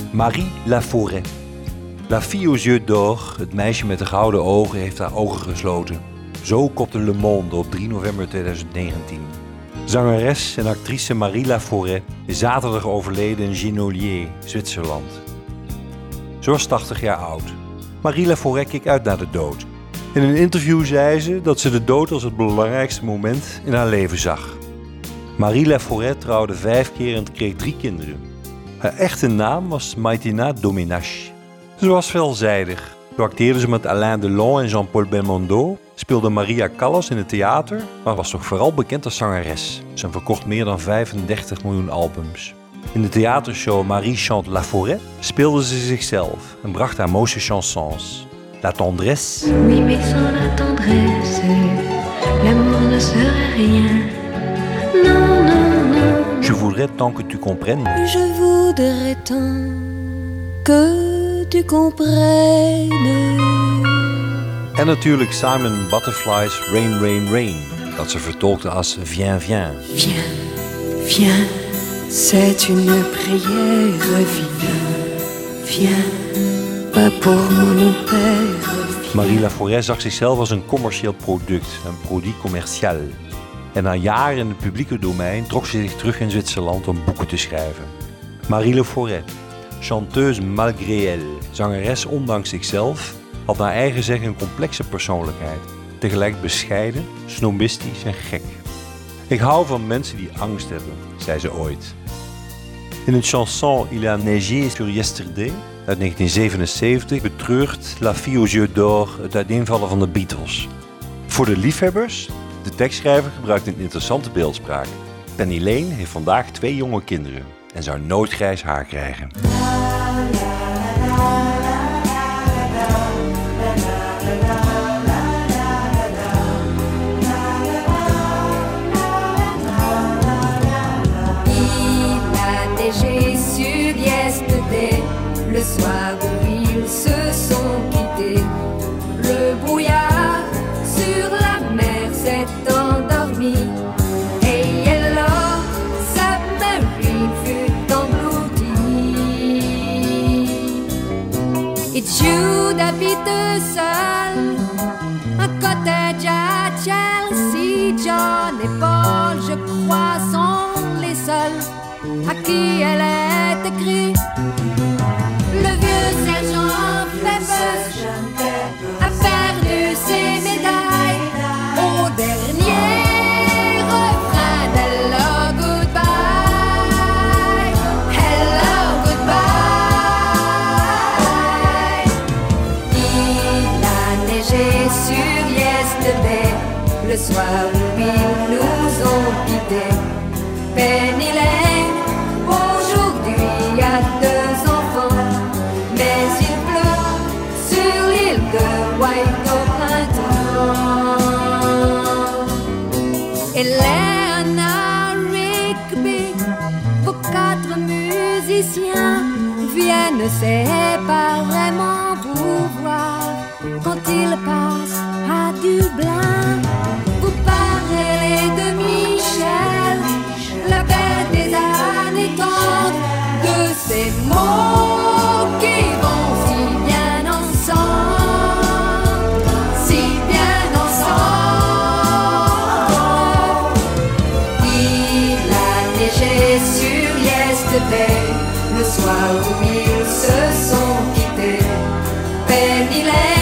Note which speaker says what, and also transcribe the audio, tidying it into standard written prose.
Speaker 1: Marie Laforêt. La fille aux yeux d'or, het meisje met de gouden ogen, heeft haar ogen gesloten. Zo kopte Le Monde op 3 november 2019. Zangeres en actrice Marie Laforêt is zaterdag overleden in Genolier, Zwitserland. Ze was 80 jaar oud. Marie Laforêt keek uit naar de dood. In een interview zei ze dat ze de dood als het belangrijkste moment in haar leven zag. Marie Laforêt trouwde 5 keer en kreeg 3 kinderen. Haar echte naam was Maïtina Domenach. Ze was veelzijdig. Zo acteerde ze met Alain Delon en Jean-Paul Belmondo, speelde Maria Callas in het theater, maar was toch vooral bekend als zangeres. Ze verkocht meer dan 35 miljoen albums. In de theatershow Marie chante Laforêt speelde ze zichzelf en bracht haar mooiste chansons. La tendresse.
Speaker 2: Oui, mais sans la tendresse, l'amour ne serait rien. Non, non, non.
Speaker 1: Je voudrais tant que tu comprennes.
Speaker 2: Je voudrais tant que tu comprennes.
Speaker 1: En natuurlijk Simon Butterfly's Rain, Rain, Rain, dat ze vertolkte als Viens, viens.
Speaker 2: Viens, viens, c'est une prière. Viens, viens, pas pour mon père.
Speaker 1: Marie Laforêt zag zichzelf als een commercieel product, een produit commercial. En na jaren in het publieke domein trok ze zich terug in Zwitserland om boeken te schrijven. Marie Laforêt, chanteuse malgré elle, zangeres ondanks zichzelf, had naar eigen zeggen een complexe persoonlijkheid. Tegelijk bescheiden, snobistisch en gek. Ik hou van mensen die angst hebben, zei ze ooit. In het chanson Il a neigé sur yesterday uit 1977 betreurt La fille aux yeux d'or het uiteenvallen van de Beatles. Voor de liefhebbers, de tekstschrijver gebruikt een interessante beeldspraak. Penny Lane heeft vandaag 2 jonge kinderen en zou nooit grijs haar krijgen.
Speaker 3: Le soir où ils se sont quittés, le brouillard sur la mer s'est endormi. Et alors, submarine fut engloutie. Et Jude habite seul, un cottage à Chelsea. John et Paul, je crois, sont les seuls à qui elle est écrite. Le vieux sergent Pepper a perdu ses médailles au dernier refrain d'Hello Goodbye. Hello Goodbye. Il a neigé sur yesterday, le soir où ils nous ont quittés. Penny Lane, aujourd'hui a 2 enfants. Mais il pleut sur l'île de White au printemps. Eleanor Rigby, vos 4 musiciens viennent séparément vous voir quand ils passent à Dublin. Vous parlez de Michel, la bête des années 30, de ces mots qui vont si bien ensemble, si bien ensemble. Il a neigé sur yesterday, le soir où ils se sont quittés. Penny Lane